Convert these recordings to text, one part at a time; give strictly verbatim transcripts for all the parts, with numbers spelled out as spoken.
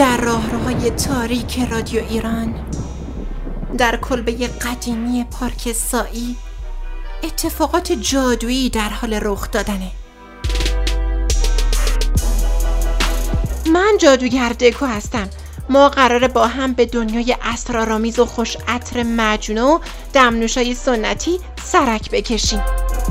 در راهروهای تاریک رادیو ایران، در کلبه قدیمی پارک سایی، اتفاقات جادویی در حال رخ دادنه. من جادوگر دکو هستم. ما قراره با هم به دنیای اسرارآمیز و خوش عطر مجنون و دمنوشای سنتی سرک بکشیم.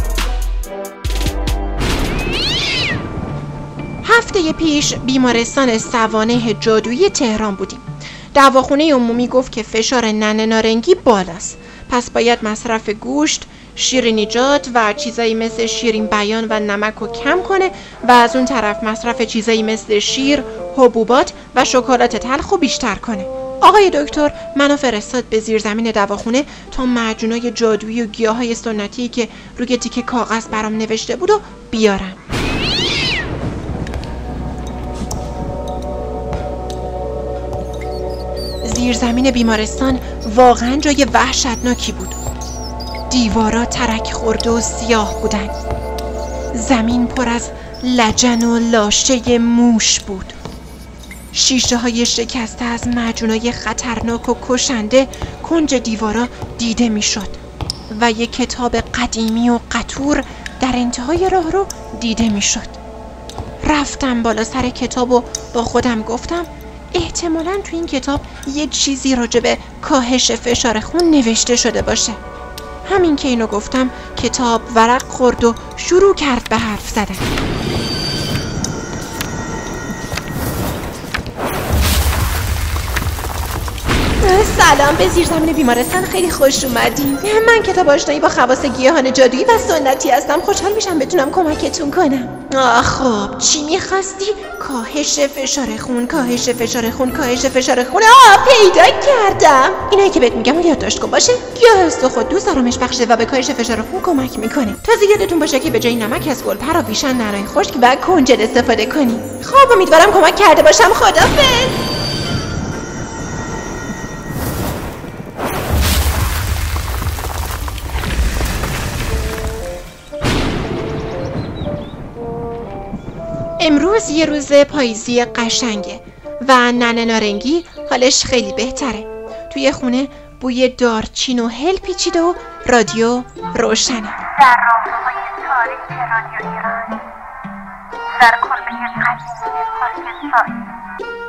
هفته پیش بیمارستان سوانح جادویی تهران بودیم. دواخونه عمومی گفت که فشار ننه نارنگی بالاست، پس باید مصرف گوشت، شیرینیجات و چیزایی مثل شیرین بیان و نمک رو کم کنه و از اون طرف مصرف چیزایی مثل شیر، حبوبات و شکلات تلخ رو بیشتر کنه. آقای دکتر منو فرستاد به زیرزمین دواخونه تا معجونای جادویی و گیاهای سنتی که روی تیکه کاغذ برام نوشته بود و بیارم. زیرزمین بیمارستان واقعا جای وحشتناکی بود. دیوارا ترک خورده و سیاه بودن. زمین پر از لجن و لاشه موش بود. شیشه های شکسته از معجونای خطرناک و کشنده کنج دیوارا دیده می شد و یک کتاب قدیمی و قطور در انتهای راه رو دیده می شد. رفتم بالا سر کتاب و با خودم گفتم احتمالاً تو این کتاب یه چیزی راجع به کاهش فشار خون نوشته شده باشه. همین که اینو گفتم کتاب ورق خورد و شروع کرد به حرف زدن. سلام، به زیرزمین بیمارستان خیلی خوش اومدین. من کتاب آشنایی با خواص گیاهان جادویی و سنتی هستم. خوشحال میشم بتونم کمکتون کنم. آه خب چی میخواستی؟ کاهش فشار خون، کاهش فشار خون، کاهش فشار خون. آه پیدا کردم. اینایی که بهت میگم یادداشت کن باشه. گیاه استخوان آرامش بخشه و به کاهش فشار خون کمک میکنه. تازه یادتون باشه که به جای نمک از گلپر و ویشن نعنا خشک و کنجد استفاده کنی. خب امیدوارم کمک کرده باشم. خدافظ. امروز یه روز پاییزی قشنگه و ننه نارنگی حالش خیلی بهتره. توی خونه بوی دارچین و هل پیچیده و رادیو روشنه. در راهروهای تاریک رادیو ایران، در کلبه قدیمی پارک سایی،